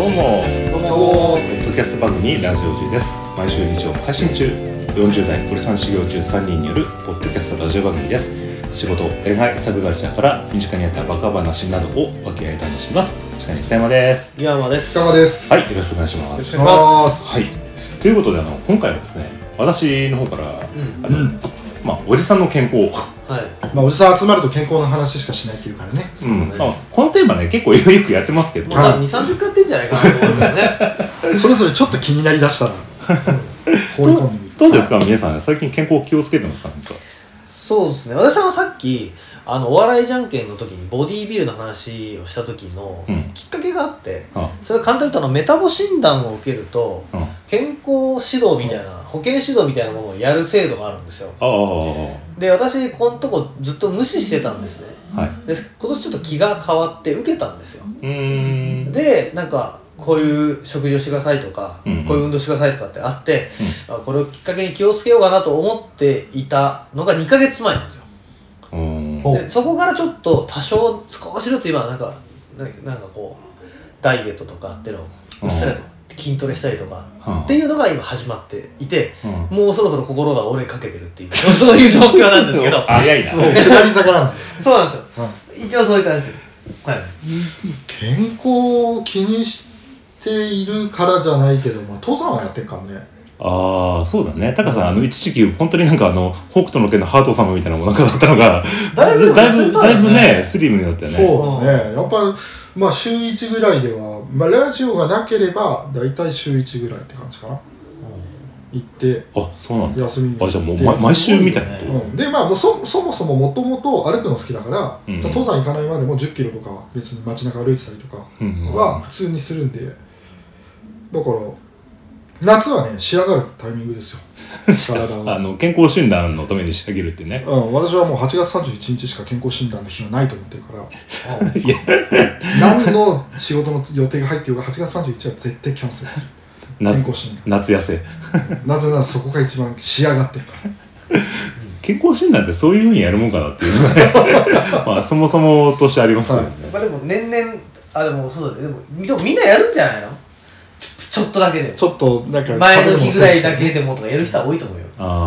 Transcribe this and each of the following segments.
どうもポッドキャスト番組ラジオGです。毎週日曜配信中、40代古参修行中3人によるポッドキャストラジオ番組です。仕事、恋愛、サブカルチャーから身近にあったバカ話などを分け合い楽しみます。司会に須山です。 岩間です。 北川です。 はい、よろしくお願いします。 よろしくお願いします。 はい、ということで今回はですね、私の方から、おじさんの健康、 おじさん集まると健康の話しかしないっていうからね。 このテーマね結構よくやってますけど、 もう多分 2,30 回やってんじゃないかなと思うんだよね。 それぞれちょっと気になりだしたら放り込んでみる。 どうですか皆さん、最近健康気をつけてますか？なんかそうですね、私はさっきお笑いじゃんけんの時にボディービルの話をした時のきっかけがあって、それは簡単に言うとメタボ診断を受けると、健康指導みたいな、保健指導みたいなものをやる制度があるんですよ。で、私このとこずっと無視してたんですね。で、今年ちょっと気が変わって受けたんですよ。で、なんかこういう食事をしてくださいとか、こういう運動してくださいとかってあって、これをきっかけに気をつけようかなと思っていたのが2ヶ月前なんですよ。でそこからちょっと多少少しずつ今なんかこうダイエットとかっていうのをうっすらと筋トレしたりとかっていうのが今始まっていて、もうそろそろ心が折れかけてるっていうそういう状況なんですけど早いな。 下り坂なんでそうなんですよ、一応そういう感じですよ。 健康を気にしているからじゃないけど、登山はやってるからね。 そうだね。タカさん、一時期本当になんか北斗の拳のハート様みたいなものがだったのがだいぶねスリムになったよね。 そうね。やっぱ週1ぐらいでは、ラジオがなければだいたい週1ぐらいって感じかな。行ってそうなんだ。 休みにじゃあもう毎週みたいなこと。 でもうそもそももともと歩くの好きだから、登山行かないまでも10キロとか別に街中歩いてたりとかは普通にするんで、だから夏はね仕上がるタイミングですよ。体は健康診断のために仕上げるってね。 私はもう8月31日しか健康診断の日はないと思ってるから何の仕事の予定が入っているか8月31日は絶対キャンセルする。健康診断夏痩せなぜならそこが一番仕上がってるから健康診断ってそういう風にやるもんかなっていうのがねそもそもとしてありますよね。 でも年々でもそうだね。でもみんなやるんじゃないの？ちょっとだけでも、 ちょっとなんか前の日ぐらいだけでもとかやる人は多いと思うよ。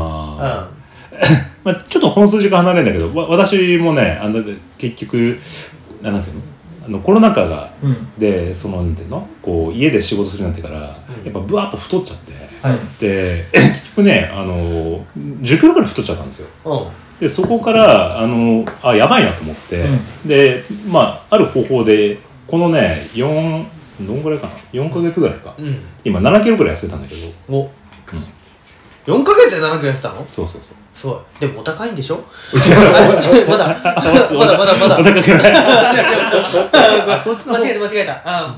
ちょっと本筋が離れるんだけど、私もね結局なんていうのコロナ禍が、でなんていうのこう家で仕事するようになってから、やっぱブワッと太っちゃって、で結局ね10キロぐらい太っちゃったんですよ。でそこからやばいなと思って、である方法でこのねどんぐらいかな4ヶ月ぐらいか、今7キロぐらい痩せたんだけど、 4ヶ月で7キロ痩せたの？そうすごい。でもお高いんでしょ？まだお高くない間違えた。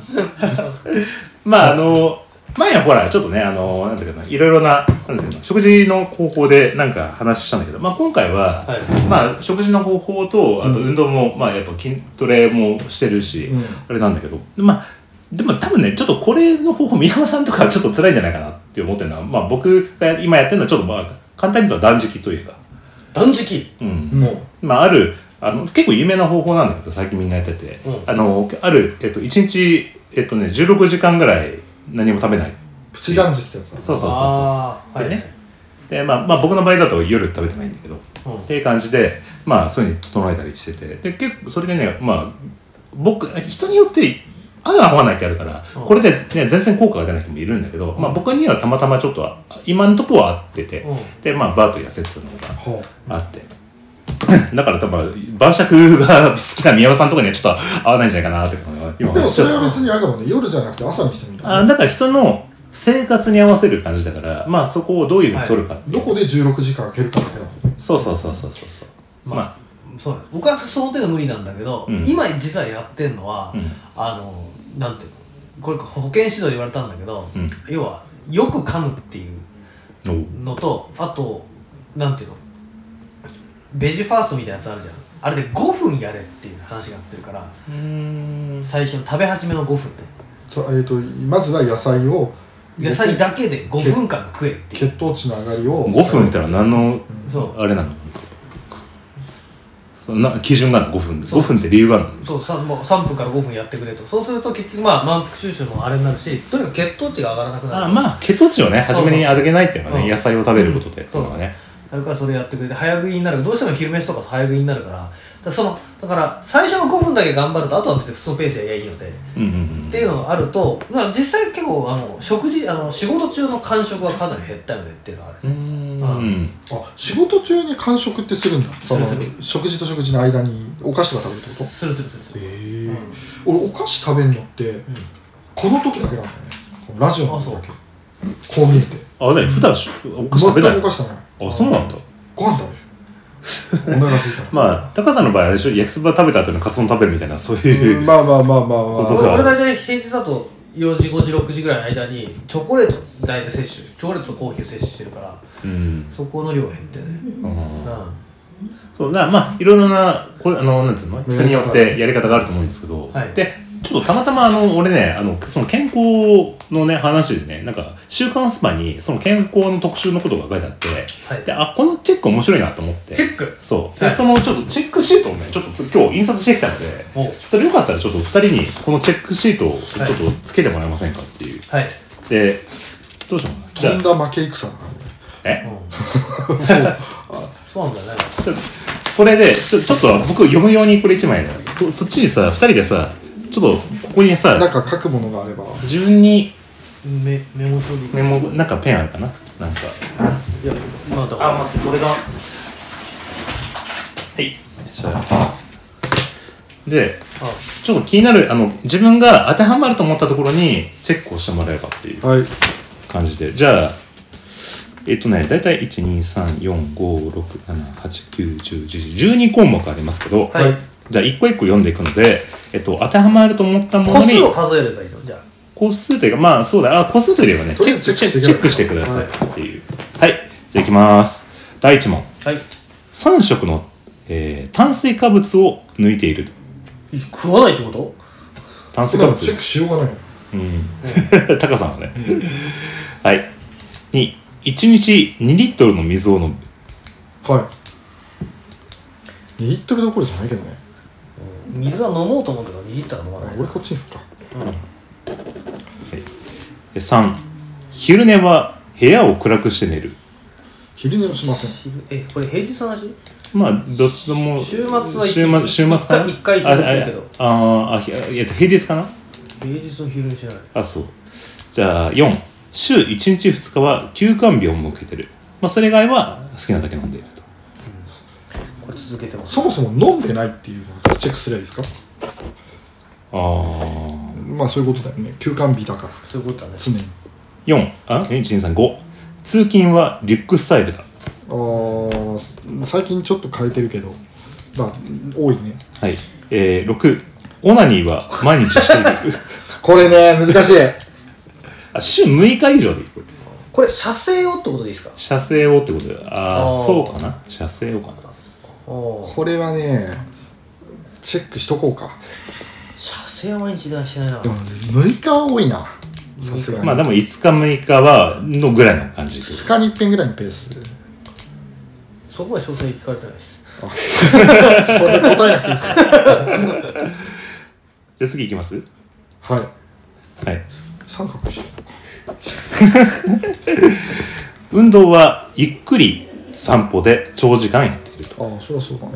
前はほらちょっとねなんていうかないろいろななんていうの食事の方法でなんか話したんだけど、今回は、食事の方法とあと運動も、やっぱ筋トレもしてるし、あれなんだけどでも多分ねちょっとこれの方法宮山さんとかはちょっと辛いんじゃないかなって思ってるのは、僕が今やってるのはちょっと簡単に言うと断食というか。 断食？ ある結構有名な方法なんだけど最近みんなやってて、ある1日16時間ぐらい何も食べないプチ断食ってやつだ。 そうで僕の場合だと夜食べてないんだけど、っていう感じでそういう風に整えたりしてて、で結構それでね僕人によって合う合わないってあるから、これで、ね、全然効果が出ない人もいるんだけど、僕にはたまたまちょっと今のところは合ってて、でバーッと痩せてたのがあってだから多分晩酌が好きな宮山さんとかにはちょっと合わないんじゃないかなって今でもそれは別にあれだもんね、夜じゃなくて朝にしてみただから人の生活に合わせる感じだから、そこをどういうふうに取るかっていう、 どこで16時間空けるかだけだもんね。 そうそう僕はその程度無理なんだけど、今実はやってんのは、なんていうのこれ保健指導で言われたんだけど、要はよく噛むっていうのと、あとなんていうのベジファーストみたいなやつあるじゃん。あれで5分やれっていう話があってるから、最初の食べ始めの5分で、 まずは野菜だけで5分間食えっていう血糖値の上がりを 5分ってのは何のあれなの？ そんな基準がある5分で5分って理由があるの？ そうもう3分から5分やってくれと。そうすると結局満腹収集もあれになるし、とにかく血糖値が上がらなくなる。 血糖値をね初めに上げないっていうのはね、野菜を食べることでっていうのがね、 あるからそれやってくれて早食いになる。どうしても昼飯とか早食いになるから、だから最初の5分だけ頑張るとあとは別に普通のペースでやりゃいいので、っていうのがあると、実際結構食事仕事中の間食はかなり減ったよねっていうのがあるね。 仕事中に間食ってするんだ。 する食事と食事の間にお菓子とか食べるってこと？ する。 俺お菓子食べるのってこの時だけなんだよね。ラジオの時だけ。こう見えて。 普段お菓子食べない？ 全くお菓子食べない。 そうなんだ。 ご飯食べる。お腹空いたら。 高さんの場合あれでしょ、焼きそば食べた後にカツ丼食べるみたいな、そういう。 俺大体平日だと4時5時6時ぐらいの間にチョコレート大体摂取、チョコレートとコーヒーを摂取してるから、そこの量が減ってね。 そうだ、いろいろななんつうの、人によってやり方があると思うんですけど、でちょっとたまたま俺ね、その健康のね話でね、なんか週刊スパにその健康の特集のことが書いてあって、でこのチェック面白いなと思って、 チェック、 そうで、そのちょっとチェックシートをねちょっと今日印刷してきたので、それよかったらちょっと2人にこのチェックシートをちょっとつけてもらえませんかっていう。でどうしようかな。 とんだ負け戦だからね。 そうなんだよね。 これでちょっと僕読むようにこれ1枚そっちにさ2人でさちょっとここにさなんか書くものがあれば自分にメモ帳になんかペンあるかな、なんか。 いや待ってこれがでちょっと気になる自分が当てはまると思ったところにチェックをしてもらえばっていう感じで、じゃあだいたい123456789101112項目ありますけど、じゃあ一個一個読んでいくので、当てはまると思ったものに個数を数えればいいの？じゃあ個数というかそうだ、個数というよりはねチェックしてくださいっていう。はい、じゃあいきます。第1問。3食の、炭水化物を抜いている。 食わないってこと？ 炭水化物チェックしようがないよ。 高さんはね。はい。2、1日2リットルの水を飲む。 2リットルどころじゃないけどね。 水は飲もうと思うけど2リットル飲まない。 俺こっちにすっか。 3、昼寝は部屋を暗くして寝る。 昼寝はしません。 これ平日の話？ どっちでも。 週末は週末かな。 1回昼寝するけど。 平日かな。 平日の昼寝しない。 そう。じゃあ4、週1日2日は休館日を設けてる。それ以外は好きなだけ飲んでいると。 これ続けてます。 そもそも飲んでないっていうのはチェックすればいいですか？そういうことだよね。休館日だから。 そういうことだね。 常に。 4、123、5、通勤はリュックスタイルだ。 最近ちょっと変えてるけど、多いね。 はい。6、オナニーは毎日している。 これね、難しい。 週6日以上でいい。 これ射精をってことでいいですか？ 射精をってことで、そうかな。射精をかな。 これはね、チェックしとこうか。 射精は毎日しないな。 でも6日は多いな。さすがに。 でも5日6日はのぐらいの感じ。 2日に1遍ぐらいのペース。 そこまで詳細聞かれてないです。 それ答えなくていいです。 じゃあ次いきます。 はい。 三角してるのか。運動はゆっくり散歩で長時間やっていると。 そりゃそうだね。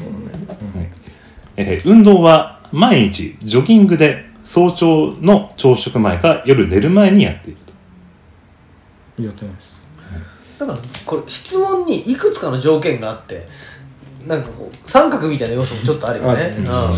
運動は毎日ジョギングで早朝の朝食前か夜寝る前にやっていると。やってないです。 だからこれ質問にいくつかの条件があって、なんかこう三角みたいな要素もちょっとあるよね。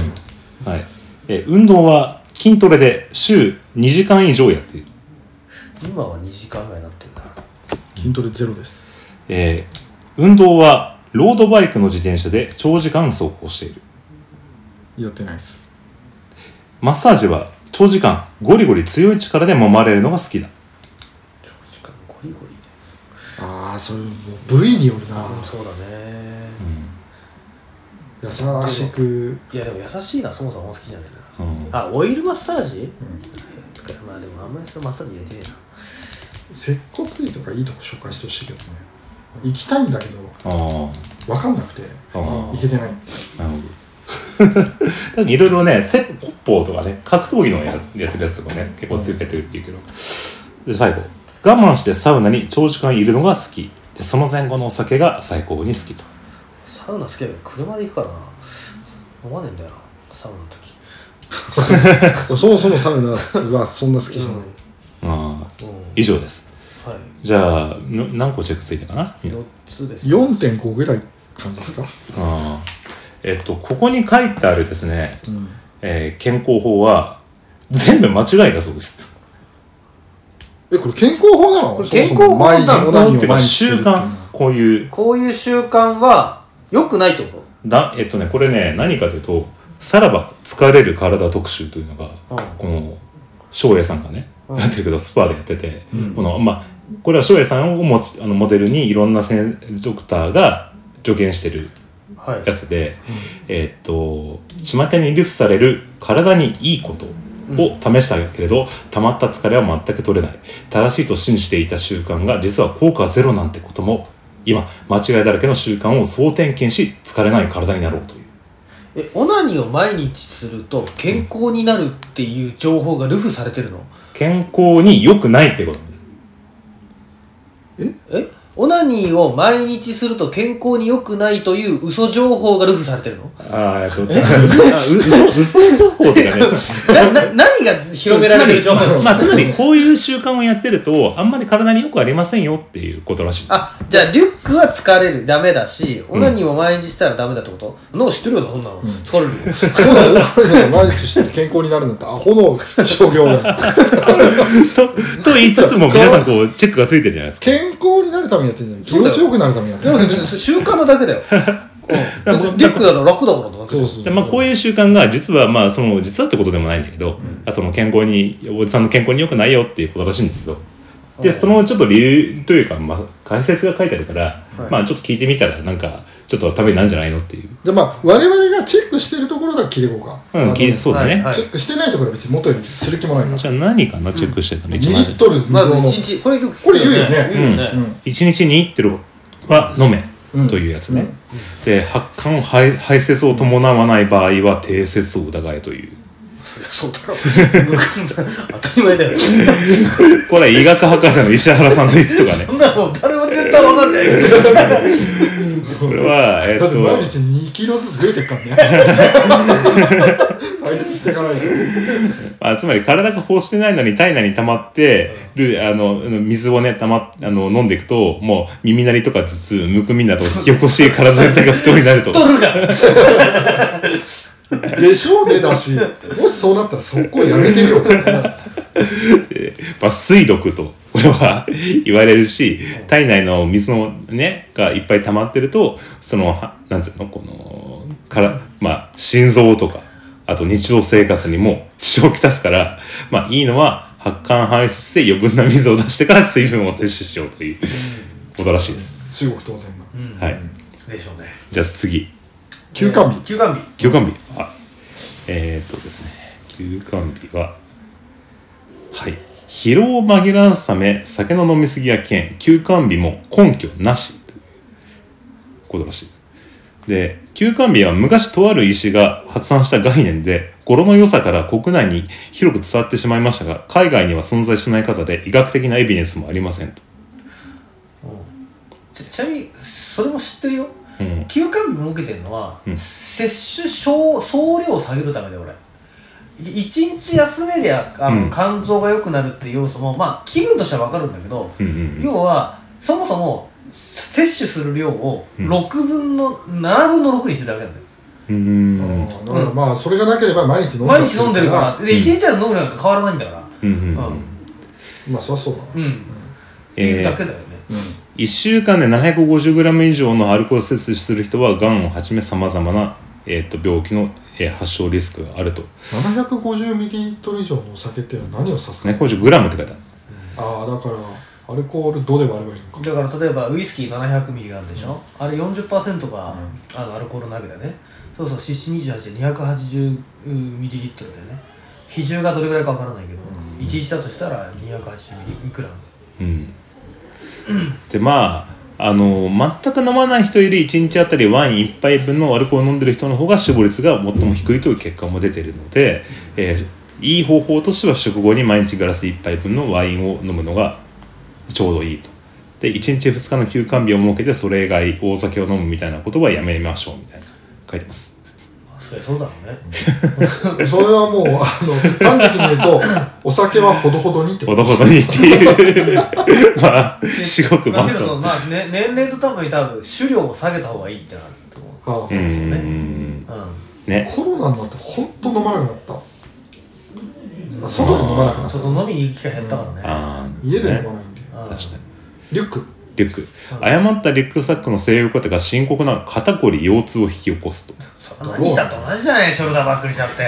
運動は筋トレで週2時間以上やっている。 今は2時間ぐらいになってるんだ。 筋トレゼロです。 運動はロードバイクの自転車で長時間走行している。 やってないです。 マッサージは長時間ゴリゴリ強い力で揉まれるのが好きだ。 長時間ゴリゴリで。 それもう部位によるな。 そうだね。 優しく。 いやでも優しいな、そもそも好きじゃないな。オイルマッサージ？でもあんまりそれマッサージ入れてねえな。 接骨院とかいいとこ紹介してほしいけどね。行きたいんだけど。 分かんなくていけてない。 なるほど。確かにいろいろね、骨法とかね、格闘技のやってるやつとかね、結構強くやってるって言うけど、で最後、我慢してサウナに長時間いるのが好きで、その前後のお酒が最高に好きと。 サウナ好きだけど車で行くからな、飲まねえんだよなサウナの時。 そもそもサウナはそんな好きじゃない。 以上です。 はい、 じゃあ何個チェックついたかな。 4つです、 ね、4.5 ぐらい感じですか。 ここに書いてあるですね、健康法は全部間違いだそうです。 これ健康法なの？ これ健康法なの？ っていうか習慣、こういう習慣は良くないってこと？ これね、何かというと、さらば疲れる体特集というのが、この翔也さんがね、やってるけどスパーでやってて、これは翔也さんをモデルにいろんなドクターが助言してるやつで、巷に流布される体にいいことを試したけれど、溜まった疲れは全く取れない。正しいと信じていた習慣が実は効果ゼロなんてことも、今間違いだらけの習慣を総点検し、疲れない体になろうという。 オナニーを毎日すると健康になるっていう情報が流布されてるの？ 健康に良くないってこと。 オナニーを毎日すると健康に良くないという嘘情報が流布されてるの？ 嘘情報ってかね何が広められてる情報なの？ つまりこういう習慣をやってるとあんまり体によくありませんよっていうことらしい。 じゃあリュックは疲れるダメだし、オナニーを毎日したらダメだってこと？なんか知ってるよな、そんなの。疲れるよ。 毎日して健康になるのってアホの商業だと言いつつも皆さんこうチェックがついてるじゃないですか。 健康になるためにやってるんじゃない。気持ちよくなるためにやってる。 習慣なだけだよ。リュックだと楽だからだけ。 こういう習慣が実は実はってことでもないんだけど、その健康におじさんの健康に良くないよっていうことらしいんだけど、でそのちょっと理由というか、解説が書いてあるから、ちょっと聞いてみたらなんかちょっとためになるんじゃないのっていう。 じゃあ我々がチェックしてるところだけ聞いていこうか。 そうだね。 チェックしてないところは別に元よりする気もないから。 じゃあ何かなチェックしてたの？2 リットル水を飲む。 これ言うよね。 1日2リットルは飲めというやつね。で発汗排泄を伴わない場合は低摂を疑えという。 そうだろ。当たり前だよ。 これ医学博士の石原さんという人がね。 そんなもん誰も絶対分かるじゃないか。 これはだって毎日2キロずつ増えてるからね。排出していかないと。 つまり体が欲してないのに体内に溜まってる水をね飲んでいくと、もう耳鳴りとか頭痛、むくみなど引き起こし体全体が不調になると。 知っとるか。 でしょうね。だし、もしそうなったらそこやめてよ。 水毒とこれは言われるし、体内の水のねがいっぱい溜まってると、なんていうの、この心臓とかあと日常生活にも支障をきたすから、いいのは発汗排泄で余分な水を出してから水分を摂取しようということらしいです。 至極当然な。はい。 でしょうね。 じゃあ次。 休館日。 休館日。ですね。休館日は、はい。疲労を紛らわすため酒の飲み過ぎや休館日も根拠なしということらしいです。で、休館日は昔とある医師が発案した概念で、語呂の良さから国内に広く伝わってしまいましたが、海外には存在しない方で医学的なエビデンスもありませんと。 ちなみにそれも知ってるよ。休館日設けてるのは、摂取総量を下げるためで、俺1日休めりゃ肝臓が良くなるっていう要素も気分としては分かるんだけど、要はそもそも摂取する量を6分の7分の6にしてるだけなんだよ。 だからそれがなければ毎日飲んでるからで1日は飲む量なんか変わらないんだから、 そりゃそうだっていうだけだよね。 1週間で 750g 以上のアルコール摂取する人はがんをはじめさまざまな、病気の、発症リスクがあると。 750ml 以上のお酒っていうのは何を指すか。 750g って書いてある。 だからアルコール度で割ればいいのか。 だから例えばウイスキー 700ml あるでしょ、あれ 40% が、アルコールなわけだね。そうそう、728で 280ml だよね。比重がどれぐらいかわからないけど、11だとしたら280いくら。 で全く飲まない人より1日あたりワイン1杯分のアルコールを飲んでる人の方が死亡率が最も低いという結果も出ているので、いい方法としては食後に毎日グラス1杯分のワインを飲むのがちょうどいいと。で、1日2日の休館日を設けてそれ以外大酒を飲むみたいなことはやめましょうみたいな書いてます。 それそうだろうね。 それはもう端的に言うとお酒はほどほどにってこと。ほどほどにっていうまあ至極まあ年齢とともに多分酒量を下げた方がいいってなると思う。 ね。 コロナになって本当飲まなくなった。外で飲まなくなった。 外飲みに行く機会減ったからね。 家で飲まないんで。 確かに。 リュック。 誤ったリュックサックの性欲型が深刻な肩こり腰痛を引き起こすと。 何したって同じじゃない、ショルダーバッグにしちゃって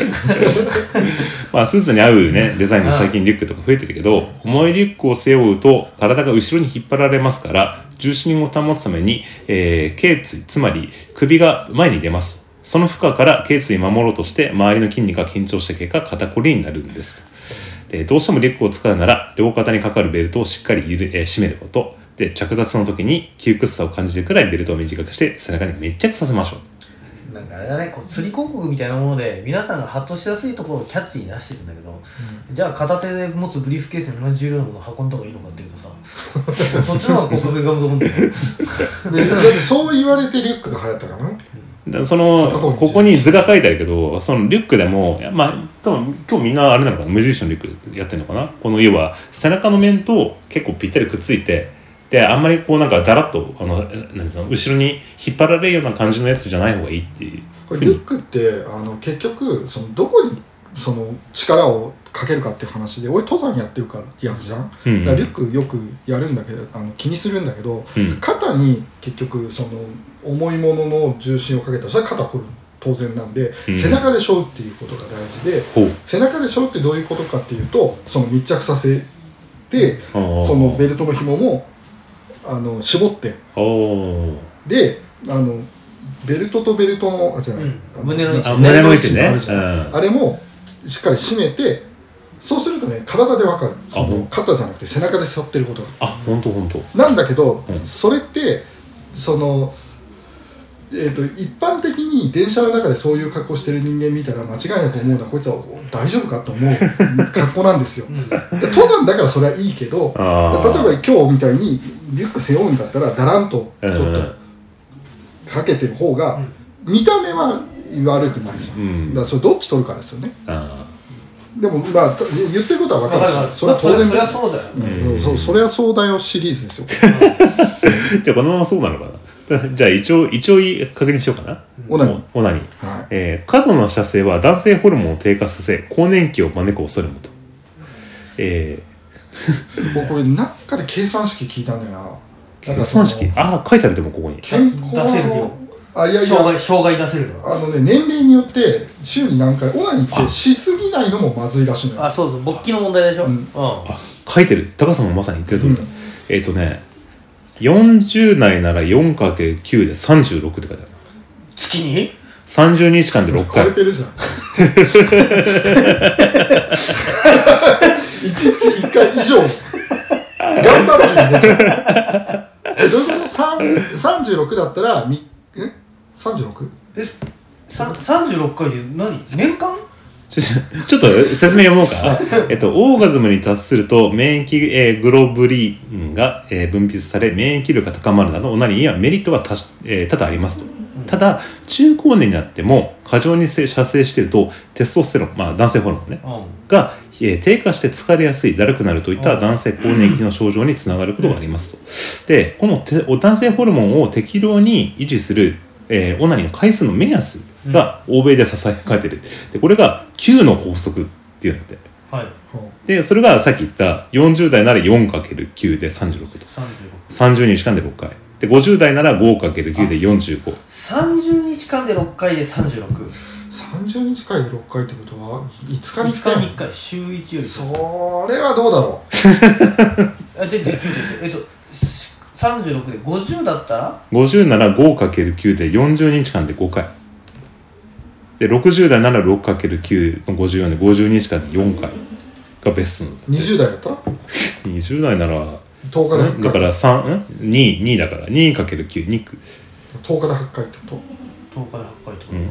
まあスーツに合うねデザインの最近リュックとか増えてるけど、重いリュックを背負うと体が後ろに引っ張られますから、重心を保つために、頸椎、つまり首が前に出ます。その負荷から頸椎を守ろうとして周りの筋肉が緊張した結果肩こりになるんですと。で、どうしてもリュックを使うなら両肩にかかるベルトをしっかり締めること。で、着脱の時に窮屈さを感じるくらいベルトを短くして背中に密着させましょう。 なんかあれだね、こう釣り広告みたいなもので皆さんがハッとしやすいところをキャッチに出してるんだけど、じゃあ片手で持つブリーフケースに同じ重量のものを運んだ方がいいのかっていうとさそっちの方が広告が向くんだよだってそう言われてリュックが流行ったかな。 ここに図が書いてあるけど、そのリュックでも多分今日みんなあれなのかな、無印のリュックやってるのかな。この要は背中の面と結構ぴったりくっついて、であんまりこうなんかだらっとなんていうの後ろに引っ張られるような感じのやつじゃない方がいいっていう。 これリュックって結局どこに力をかけるかっていう話で、俺登山やってるからってやつじゃん、だからリュックよくやるんだけど気にするんだけど、肩に結局重いものの重心をかけたらそれは肩こる当然なんで、背中で背負うっていうことが大事で、背中で背負うってどういうことかっていうと、密着させてベルトの紐も絞って、でベルトとベルトの胸の位置ね、あれもしっかり締めて、そうするとね体で分かる、肩じゃなくて背中で背負ってることが。 本当なんだけど、それって一般的に電車の中でそういう格好してる人間見たら間違いなく思うのは、こいつは大丈夫かと思う格好なんですよ。登山だからそれはいいけど、例えば今日みたいにリュック背負うんだったらだらんとちょっとかけてる方が見た目は悪くないじゃん。だからそれどっち取るかですよね。でも言ってることは分かるし、それは当然、 それはそうだよ、 それはそうだよシリーズですよじゃあこのままそうなのかな。じゃあ一応確認しようかな。オナニー、過度の射精は男性ホルモンを低下させ更年期を招く恐れもと。 これなんかで計算式聞いたんだよな。 計算式書いてある。でもここに健康の出せる量、障害出せる量、 年齢によって週に何回オナニーってしすぎないのもまずいらしいのよ。 そう勃起の問題でしょ。 書いてる。高さんもまさに言ってる通りだ。40代なら 4×9 で36って書いてある。 月に 30日間で6回。 超えてるじゃん1日1回以上頑張る日に出ちゃう。36だったら36？ 36回で何？年間？ ちょっと説明読もうか。オーガズムに達すると免疫、グロブリンが、分泌され免疫力が高まるなどオナニーにはメリットが多々ありますと。ただ中高年になっても過剰に射精しているとテストステロン、男性ホルモンね、が、低下して疲れやすい、だるくなるといった男性更年期の症状につながることがありますと。でこの男性ホルモンを適量に維持するオナニーの回数の目安が欧米で支えられている。でこれが9の法則っていうんだって。でそれがさっき言った40代なら 4×9 で36と30日間で6回で、50代なら 5×9 で45。 30日間で6回で36。 30日間で6回ってことは5日に 1回週1より。 それはどうだろう 36で50だったら 50なら 5×9 で40日間で5回で、60代なら 6×9 の54で50日間で4回がベストなんだって。 20代だったら 20代なら 10日で8回だから2だから 2×9 肉 10日で8回ってこと？ 10日で8回ってことか、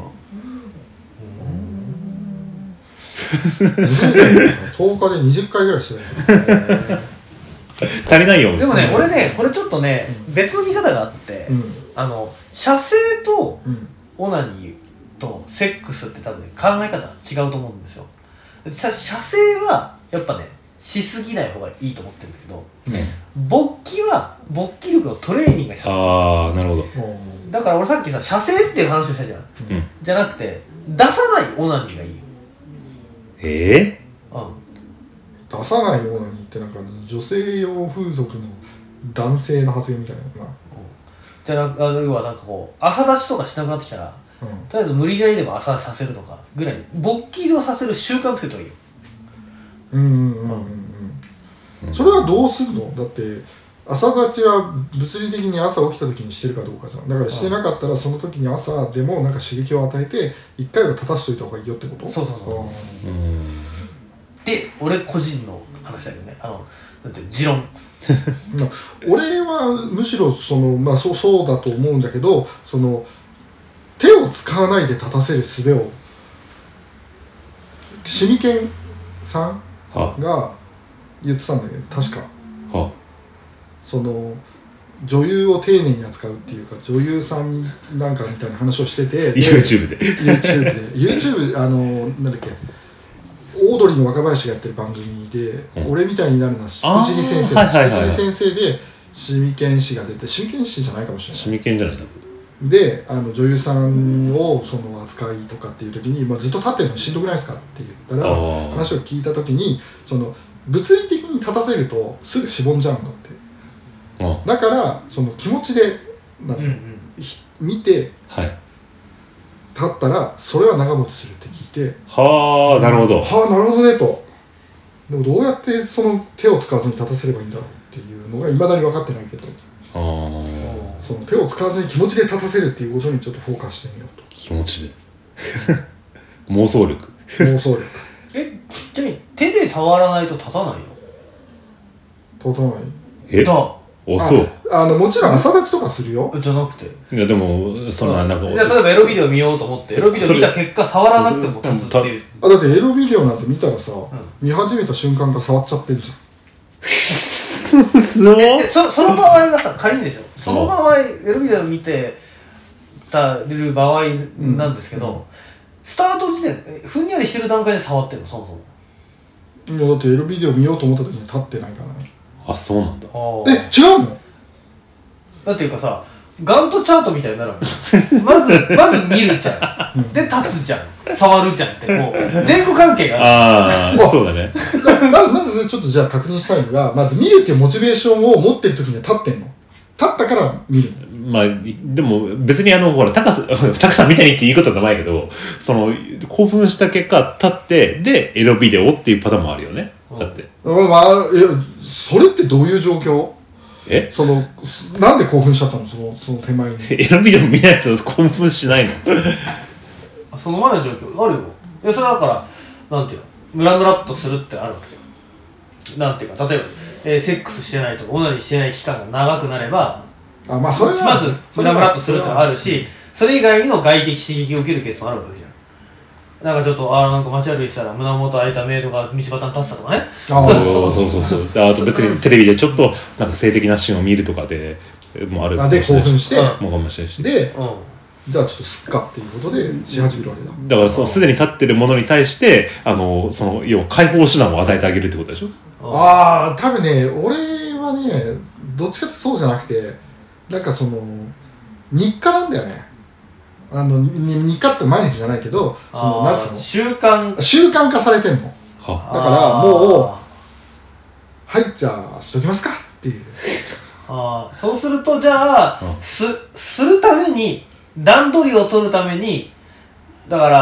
10日で20回ぐらいしてる足りないよ。 でもね俺ねこれちょっとね、別の見方があって、射精とオナニーとセックスって多分ね考え方が違うと思うんですよ。射精はやっぱねしすぎない方がいいと思ってるんだけど、勃起は勃起力のトレーニングが必要。 ああなるほど。 だから俺さっきさ射精っていう話をしたじゃん、じゃなくて出さないオナニーがいいよ。 出さないオナニーってなんか女性用風俗の男性の発言みたいなのかな、 じゃあ要はなんかこう朝立ちとかしなくなってきたら、とりあえず無理やりでも朝させるとかぐらい勃起をさせる習慣つけた方がいいよ。 それはどうするの？だって朝立ちは物理的に朝起きた時にしてるかどうかじゃん。だからしてなかったらその時に朝でもなんか刺激を与えて一回は立たしといた方がいいよってこと？ そうで俺個人の話だけどね、なんていう持論俺はむしろそうだと思うんだけど、手を使わないで立たせる術をシミケンさんが言ってたんだけど、確か女優を丁寧に扱うっていうか女優さんになんかみたいな話をしてて YouTube でなんだっけオードリーの若林がやってる番組で、俺みたいになるのはしくじり先生でシミケン氏が出て、シミケン氏じゃないかもしれない、 シミケンじゃない多分で女優さんを扱いとかっていう時に、ずっと立ってるのしんどくないですかって言ったら話を聞いた時に物理的に立たせるとすぐしぼんじゃうんだって。だから気持ちで見て立ったらそれは長持ちするって聞いて、 はあなるほど、 なるほどねと。でもどうやって手を使わずに立たせればいいんだろうっていうのが未だに分かってないけど、手を使わずに気持ちで立たせるっていうことにちょっとフォーカスしてみようと。 気持ちで妄想力ちなみに手で触らないと立たないの？ 立たない。 そうもちろん朝立ちとかするよ。 じゃなくて、 いやでもなんか例えばエロビデオ見ようと思ってエロビデオ見た結果触らなくても立つっていう。 だってエロビデオなんて見たらさ、見始めた瞬間から触っちゃってんじゃんその場合がさ仮にですよ、その場合エロビデオ見てたる場合なんですけど、スタート時点ふんにゃりしてる段階で触ってるのそもそも。 いやだってエロビデオ見ようと思った時に立ってないからね。 そうなんだ。 違うの？ だっていうかさガントチャートみたいになるわけまず見るじゃん、で立つじゃん、触るじゃんってこう前後関係がある。 そうだねまずちょっとじゃあ確認したいのが、まず見るっていうモチベーションを持ってる時には立ってんの？立ったから見る。 でも別にほらタカさんみたいにって言うことはないけど、興奮した結果立ってでエロビデオっていうパターンもあるよね。だってそれってどういう状況？なんで興奮しちゃったの？その手前にエロビデオ見ないと興奮しないのその前の状況あるよ。それだからなんていうの、ムラムラっとするってあるわけじゃん。なんていうか例えば、セックスしてないとかオナニーしてない期間が長くなればそれはまずムラムラっとするってのがあるし、それ以外の外的刺激を受けるケースもあるわけじゃん。なんかちょっとなんか街歩いてたら胸元開いたメイドが道端に立ってたとかね。そうあと別にテレビでちょっとなんか性的なシーンを見るとかでもあるで興奮してもかもしれないしで、じゃあちょっとすっかっていうことでし始めるわけだ。 だからすでに立ってるものに対して要は解放手段を与えてあげるってことでしょ。 多分ね俺はねどっちかってそうじゃなくて、なんか日課なんだよね。日課って毎日じゃないけどなんつうの習慣化されてんの。だからもうはいじゃあしときますかっていう。 そうするとじゃあ、するために段取りを取るためにだから、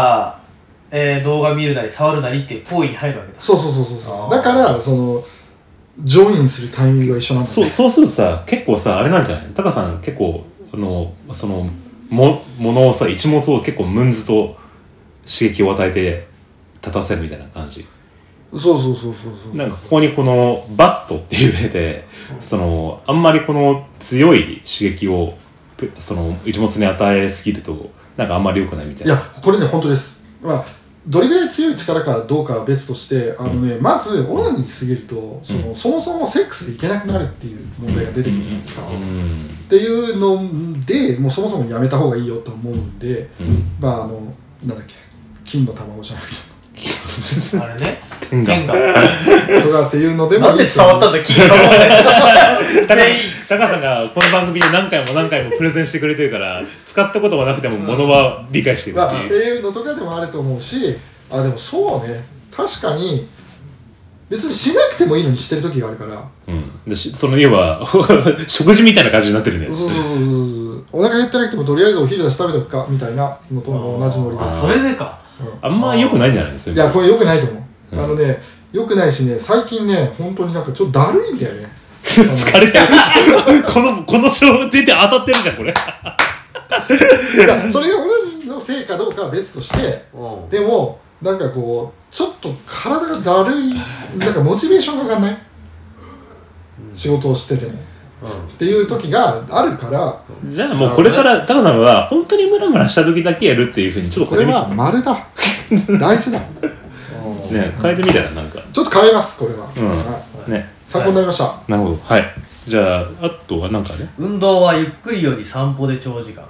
動画見るなり触るなりっていう行為に入るわけだ。 そうだからジョインするタイミングが一緒なんだね。 そうするとさ結構さあれなんじゃない？タカさん結構ものをさ一物を結構ムンズと刺激を与えて立たせるみたいな感じ。 そうなんかここにこのバットっていう例で、あんまりこの強い刺激を一物に与えすぎるとなんかあんまり良くないみたいな。 いやこれね本当です。まあどれぐらい強い力かどうかは別としてまずオナニーしすぎるとそもそもセックスでいけなくなるっていう問題が出てくるじゃないですか、っていうのでもうそもそもやめた方がいいよと思うんで、まあなんだっけ金の卵じゃなくてあれね天下とかっていうのでもなんで伝わったんだ金の卵で全員タカさんがこの番組で何回もプレゼンしてくれてるから使ったことはなくても物は理解してるっていう、 っていうのとかでもあると思うしでもそうね確かに別にしなくてもいいのにしてる時があるから、 要は食事みたいな感じになってるね。 そうお腹減ってなくてもとりあえずお昼だし食べとくかみたいなのと同じノリです。 それでか、 あんま良くないんじゃないですか。 いやこれ良くないと思う、良くないしね最近ね本当になんかちょっとだるいんだよね疲れてるこの章出て当たってるじゃんこれいやそれが俺のせいかどうかは別として、でもなんかこうちょっと体がだるいなんかモチベーションが上がんない、仕事をしてても、っていう時があるから、 じゃあもうこれからタカさんは本当にムラムラした時だけやるっていうふうにちょっとこれは丸だ大事だね変えてみたらなんかちょっと変えますこれは、 ね参考になりました、 なるほど。はい、じゃああとはなんかね運動はゆっくりより散歩で長時間。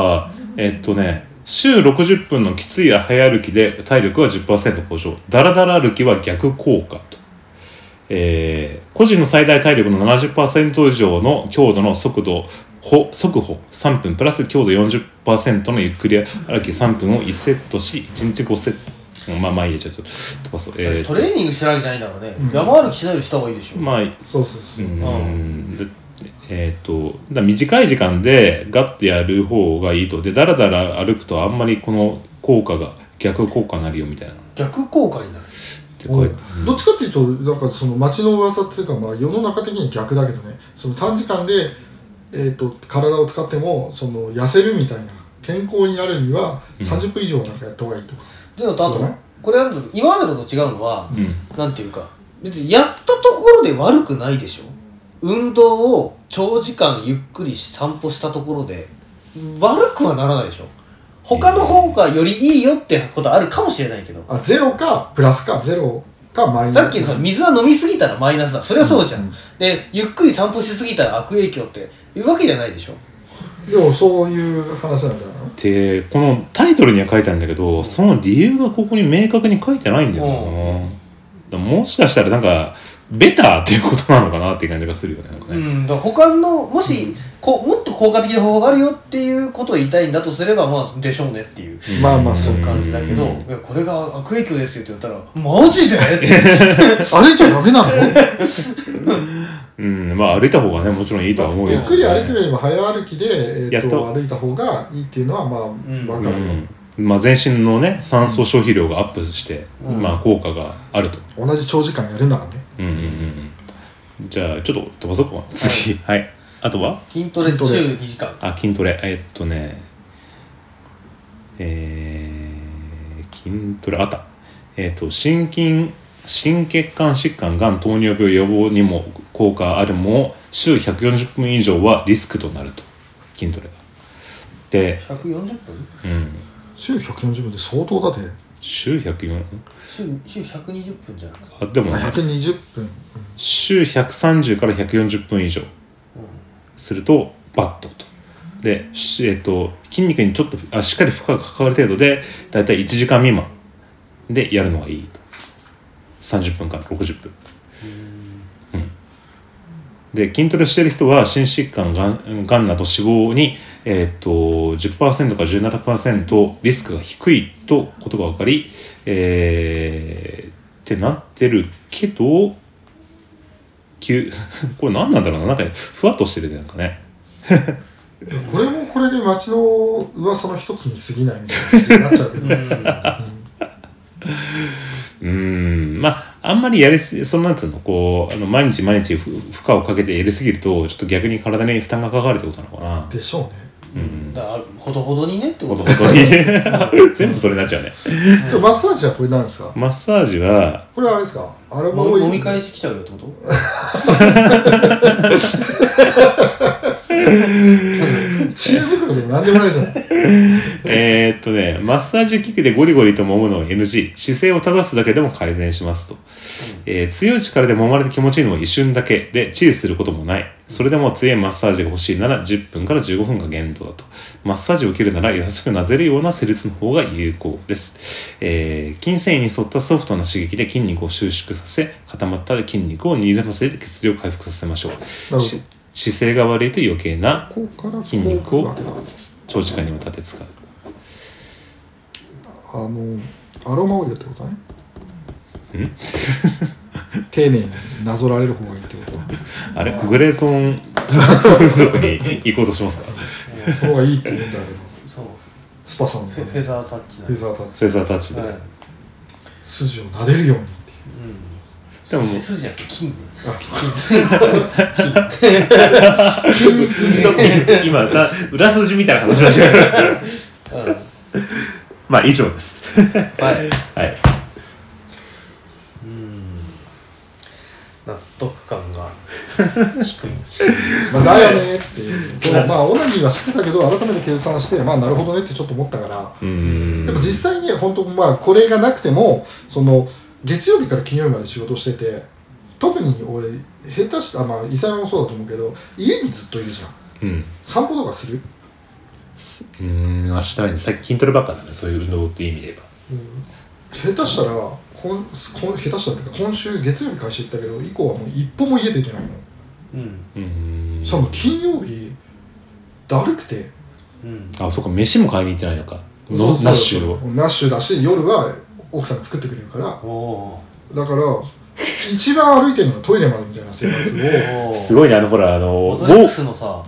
週60分のきつい早歩きで体力は 10% 向上、だらだら歩きは逆効果と、個人の最大体力の 70% 以上の強度の速歩3分プラス強度 40% のゆっくり歩き3分を1セットし1日5セット、まあいいや、ちょっと飛ばそう。 トレーニングしてるわけじゃないんだからね、山歩きしないようにした方がいいでしょ。 まあそうだ短い時間でガッてやる方がいいと。でだらだら歩くとあんまりこの効果が逆効果になるよみたいな。 逆効果になるどっちかっていうとなんかその街の噂っていうか、まあ世の中的に逆だけどね、その短時間で、体を使ってもその痩せるみたいな健康になるには30分以上なんかやった方がいいとか、 でもあとこれ今までのと違うのは、なんていうか別にやったところで悪くないでしょ。運動を長時間ゆっくり散歩したところで悪くはならないでしょ。他の方がよりいいよってことあるかもしれないけど、 ゼロかプラスかゼロかマイナス。 さっきのさ水は飲みすぎたらマイナスだ、それはそうじゃん、でゆっくり散歩しすぎたら悪影響っていうわけじゃないでしょ。 でもそういう話なんじゃないの。 でこのタイトルには書いてあるんだけど、その理由がここに明確に書いてないんだよな、もしかしたらなんかベターっていうことなのかなっていう感じがするよね。なんかね、 だから他のもし、もっと効果的な方法があるよっていうことを言いたいんだとすれば、まあでしょうねっていうそういう感じだけど、いやこれが悪影響ですよって言ったらマジで歩いちゃダメなのまあ歩いた方がねもちろんいいとは思うよ。 ゆっくり歩くよりも早歩きで、歩いた方がいいっていうのはまあ分かる、 まあ、全身のね酸素消費量がアップして、まあ効果があると。 同じ長時間やるんだからね。 じゃあちょっと飛ばそうかな次。はい、あとは筋トレ週2時間。 筋トレ筋トレあった。心血管疾患、がん、糖尿病予防にも効果あるも週140分以上はリスクとなると。筋トレがで 140分？ 週140分って相当だって。 週140 週120分じゃなくて、 でも、 120分、 週130から140分以上するとバットと。で、筋肉にちょっとしっかり負荷がかかる程度でだいたい1時間未満でやるのがいいと。30分から60分。で筋トレしてる人は心疾患、がんなど死亡に、10% から 17% リスクが低いとことが分かり、ってなってるけどこれ何なんだろうな、なんかふわっとしてるね、なんかねこれもこれで街の噂の一つに過ぎないみたいな感じになっちゃうけどまああんまりそのなんつうの毎日負荷をかけてやりすぎるとちょっと逆に体に負担がかかるってことなのかな。 でしょうね。 だからほどほどにねってこと。 ほどほどにね全部それになっちゃうね。 マッサージはこれ何ですか？ マッサージはこれはあれですか？アロマ飲オイルみ返し来ちゃうよってこと？ 知恵袋でも何でもないじゃない。 マッサージ機器でゴリゴリと揉むのは NG。姿勢を正すだけでも改善しますと。強い力で揉まれて気持ちいいのは一瞬だけで治癒することもない。それでも強いマッサージが欲しいなら10分から15分が限度だと。マッサージを受けるなら優しく撫でるような施術の方が有効です。筋繊維に沿ったソフトな刺激で筋肉を収縮させ、固まった筋肉を握らせて血流を回復させましょう。姿勢が悪いと余計な筋肉を長時間にわたって使う。 アロマオイルってことね。丁寧になぞられる方がいいってこと。 あれグレーゾーン風俗に行こうとしますか？ その方がいいって言うんだけど。スパさんのフェザータッチフェザータッチで、 筋を撫でるように。 でも筋じゃなくて筋ね。 筋筋だと今裏筋みたいな話をしてる。まあ以上です。 はいはい。 納得感が低い。 だよねっていう。まあオナニーは知ってたけど改めて計算してなるほどねってちょっと思ったから。でも実際に本当これがなくても月曜日から金曜日まで仕事してて、特に俺下手した伊佐山もそうだと思うけど家にずっといるじゃん。散歩とかする？ 明日に最近筋トレばっかだね。そういう運動っていう意味で言えば。 下手したら下手したらっていうか今週月曜日会社行ったけど以降はもう一歩も家出てないの。しかも金曜日だるくて。 あ、そうか、飯も買いに行ってないのか。ナッシュを。 ナッシュだし夜は奥さんが作ってくれるから。だから一番歩いてるのがトイレまでみたいな生活を。 すごいね、ほらボトレックスのさ、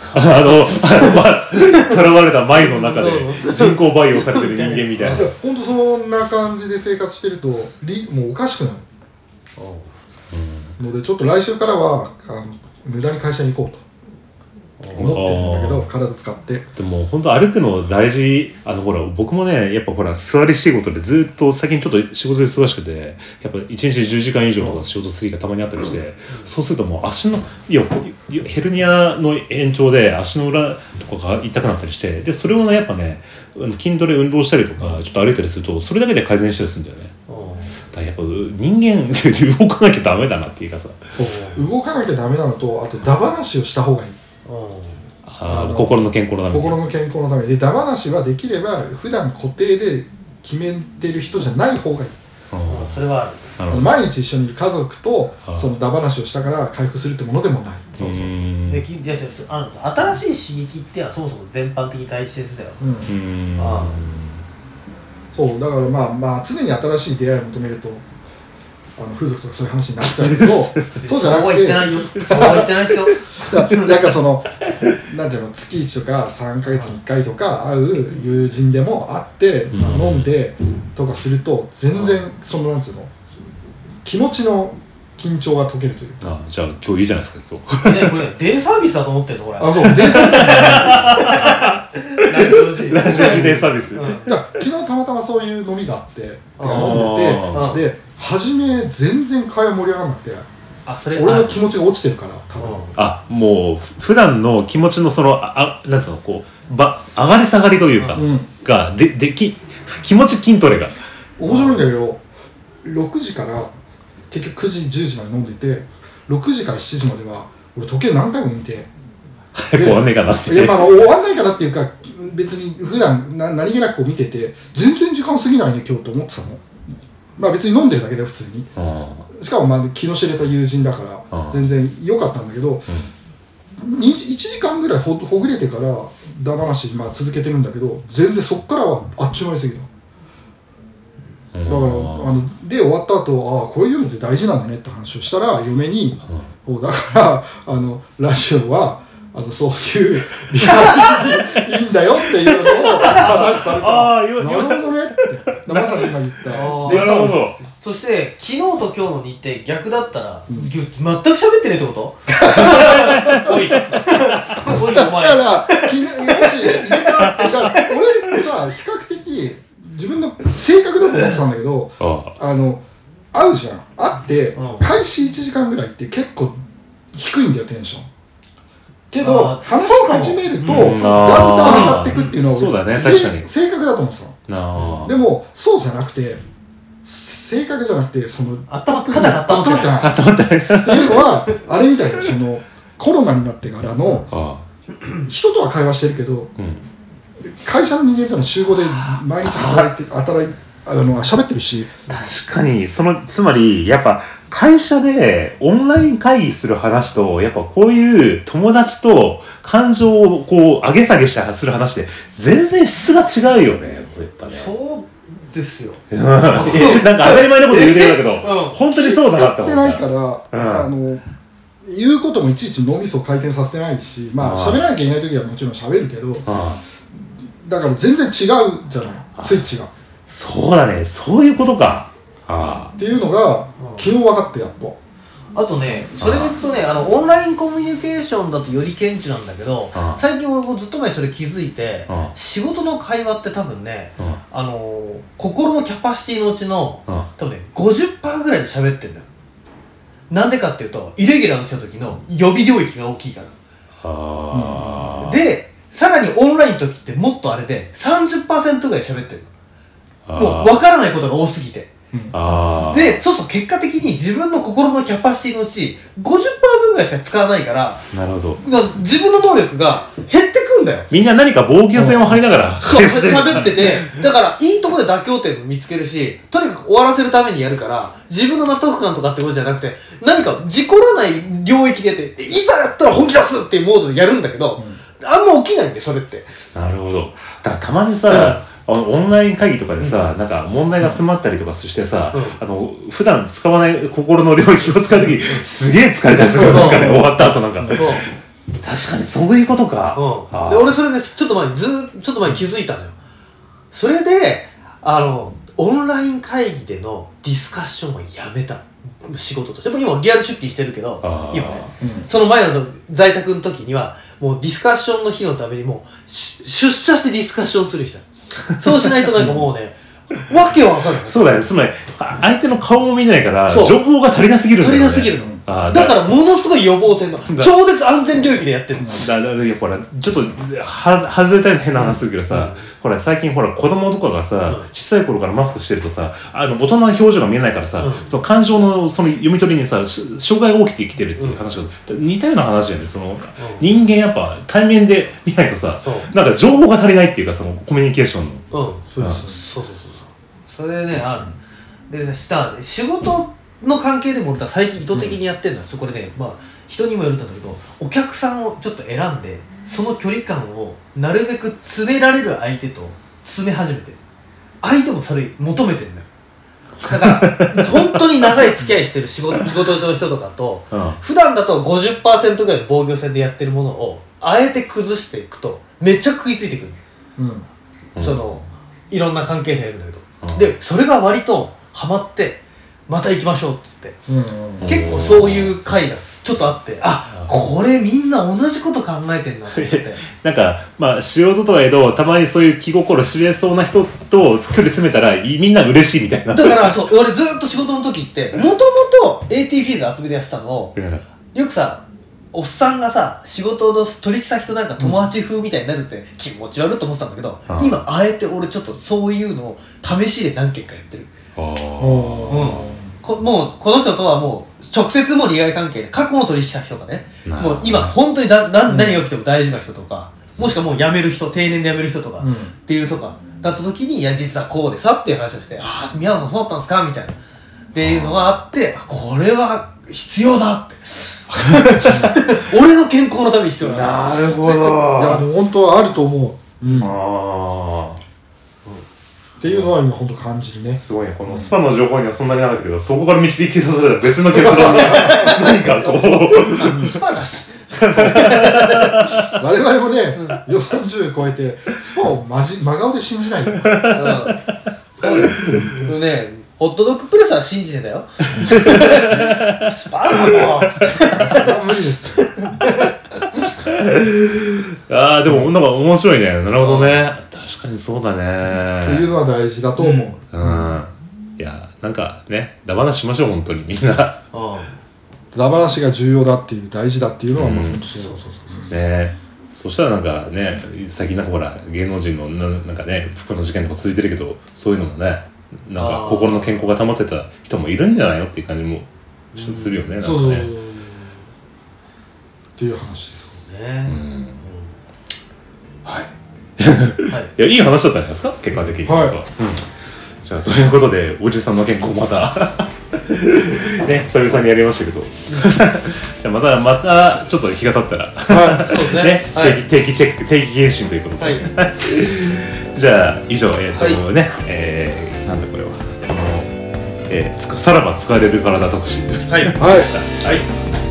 囚われた眉の中で人工培養されてる人間みたいな。 ほんとそんな感じで生活してるともうおかしくなるので、ちょっと来週からは無駄に会社に行こうと思ってるんだけど、体使って。 でも本当歩くの大事。ほら僕もねやっぱほら座り仕事でずっと最近ちょっと仕事で忙しくて、やっぱ1日10時間以上とか仕事する日がたまにあったりして、そうするともう足のヘルニアの延長で足の裏とかが痛くなったりして、でそれをねやっぱね筋トレ運動したりとかちょっと歩いたりするとそれだけで改善したりするんだよね。だからやっぱ人間動かなきゃダメだなっていうかさ、 動かなきゃダメなのと、あとダ話をした方がいい。 心の健康のために。 心の健康のためで、ダ話はできれば普段固定で決めてる人じゃない方がいい。 それはある。 毎日一緒にいる家族とそのダ話をしたから回復するってものでもない。 新しい刺激ってはそもそも全般的に大事ですだよ。 そうだから常に新しい出会いを求めると風俗とかそういう話になっちゃうけどそうじゃなくて、そうは言ってないよ。そうは言ってないですよ。なんかなんていうの、月1とか3ヶ月に1回とか会う友人でも会って飲んでとかすると全然なんていうの、気持ちの緊張が解けるというか。 じゃあ今日いいじゃないですか今日。 これデイサービスだと思ってんのこれ。 そうデイサービス。 ラジオデイサービス。 昨日たまたまそういう飲みがあって飲んでて、で初め全然会話盛り上がらなくて。俺の気持ちが落ちてるから多分。 もう普段の気持ちのなんつうの上がり下がりというか、が気持ち筋トレが面白いんだけど、6時から結局9時10時まで飲んでいて、6時から7時までは俺時計何回も見て早く終わんねえかなって。 終わんないかなっていうか、別に普段何気なく見てて全然時間過ぎないね今日と思ってたの。別に飲んでるだけで普通に。しかも気の知れた友人だから全然良かったんだけど、1時間ぐらいほぐれてからダ話続けてるんだけど、全然そっからはあっちゅう間に過ぎた。だからで終わった後、こういうのって大事なんだねって話をしたら嫁に、だからラジオはそういうリアルにいいんだよっていうのを話された。なるほどねってまさに今言ったデイサービスですよ。 そして昨日と今日の日程逆だったら、全く喋ってねえってことおいお前だからもし入れ替わってさ俺さ比較的自分の性格だと思ってたんだけど会うじゃん会って開始1時間ぐらいって結構低いんだよテンションけど話し始めるとだんだん上がっていくっていうのはそうだね確かに性格だと思ってたでもそうじゃなくて性格じゃなくてその肩が温まってないっていうのはあれみたいよそのコロナになってからの人とは会話してるけど、会社の人間との集合で毎日喋ってるし確かにつまりやっぱ会社でオンライン会議する話とやっぱこういう友達と感情をこう上げ下げしたする話で全然質が違うよねやっぱねそうですよなんか当たり前のこと言うてるんだけど本当にそうだなって思った使ってないから、言うこともいちいち脳みそを回転させてないしまあ喋らなきゃいけない時はもちろん喋るけどだから全然違うじゃないスイッチがそうだねそういうことかっていうのが昨日分かってやっとあとねそれでいくとねオンラインコミュニケーションだとより顕著なんだけど最近俺もずっと前にそれ気づいて仕事の会話って多分ね心のキャパシティのうちの多分ね 50% ぐらいで喋ってんだよなんでかっていうとイレギュラーにした時の予備領域が大きいからでさらにオンラインの時ってもっとあれで 30% ぐらい喋ってるのもう分からないことが多すぎてでそうそう結果的に自分の心のキャパシティのうち 50% 分ぐらいしか使わないからなるほど自分の能力が減ってくんだよみんな何か防御線を張りながらそう喋っててだからいいとこで妥協点を見つけるしとにかく終わらせるためにやるから自分の納得感とかってことじゃなくて何か事故らない領域でやっていざやったら本気出すっていうモードでやるんだけど、あんま起きないんでそれってなるほどだからたまにさ、オンライン会議とかでさ、なんか問題が詰まったりとかしてさ、普段使わない心の領域を使うときすげえ疲れたりするなんかね終わった後なんか確かにそういうことか、 で俺それでちょっと前に気づいたのよそれでオンライン会議でのディスカッションはやめた仕事として今リアル出勤してるけど今ね、その前の在宅の時にはもうディスカッションの日のためにもう出社してディスカッションする人そうしないとなんかもうねわけは分かんないそうだねつまり相手の顔も見ないから情報が足りなすぎるんだよね足りなすぎるのだからものすごい予防線の超絶安全領域でやってるほらちょっと外れたような変な話するけどさ、ほら最近ほら子供とかがさ、小さい頃からマスクしてるとさ大人の表情が見えないからさ、その感情のその読み取りにさ障害が起きてきてるっていう話が、似たような話だよね人間やっぱ対面で見ないとさなんか情報が足りないっていうかそのコミュニケーションのそうそれねあるでさ仕事の関係でも俺は最近意図的にやってんだ、そこでね人にもよるんだけどお客さんをちょっと選んでその距離感をなるべく詰められる相手と詰め始めてる相手もそれ求めてるんだよだから本当に長い付き合いしてる仕事上の人とかと、普段だと 50% ぐらいの防御線でやってるものをあえて崩していくとめっちゃ食いついてくる、いろんな関係者いるんだけど、でそれが割とハマってまた行きましょうっつって、結構そういう回がちょっとあってこれみんな同じこと考えてんなと思ってなんか素人とはいえどたまにそういう気心知れそうな人と距離詰めたらみんな嬉しいみたいなだから俺ずっと仕事の時ってもともと AT フィールド厚みでやってたのをよくさおっさんがさ仕事の取引先となんか友達風みたいになるって気持ち悪いと思ってたんだけど、今あえて俺ちょっとそういうのを試しで何件かやってるもうこの人とはもう直接も利害関係で過去の取引先とかねもう今本当に何が起きても大丈夫な人とか、もしくはもう辞める人定年で辞める人とか、っていうとかだった時にいや実はこうでさっていう話をして宮野さんそうだったんですかみたいなっていうのがあってこれは必要だって俺の健康のために必要だなるほどいやでも本当はあると思う、っていうのは今本当感じるね。 すごいねこのスパの情報にはそんなになかったけどそこから導き出された別の結論に何かこうスパだし我々もね、40超えてスパを真顔で信じないよ、 そそうだよね、ホットドッグプレスは信じてたよスパーマも無理ですああでもなんか面白いね。なるほどね。確かにそうだね。 というのは大事だと思う。 いやなんかね、ダ話しましょう本当にみんな。 ダ話が重要だっていう大事だっていうのは本当そうね。そしたらなんかね、最近なんかほら芸能人のなんかね服の事件とか続いてるけど、そういうのもね、なんか心の健康が保ってた人もいるんじゃないのっていう感じもするよね。なんかね。 っていう話ですね。 はい。いやいい話だったんじゃないですか結果的に。はい。じゃあということでおじさんの健康またね久々にやりましたけどじゃあまたちょっと日が経ったらそうですね定期チェック定期検診ということで、じゃあ以上ねなんだこれはさらば使える体特集でした。はい。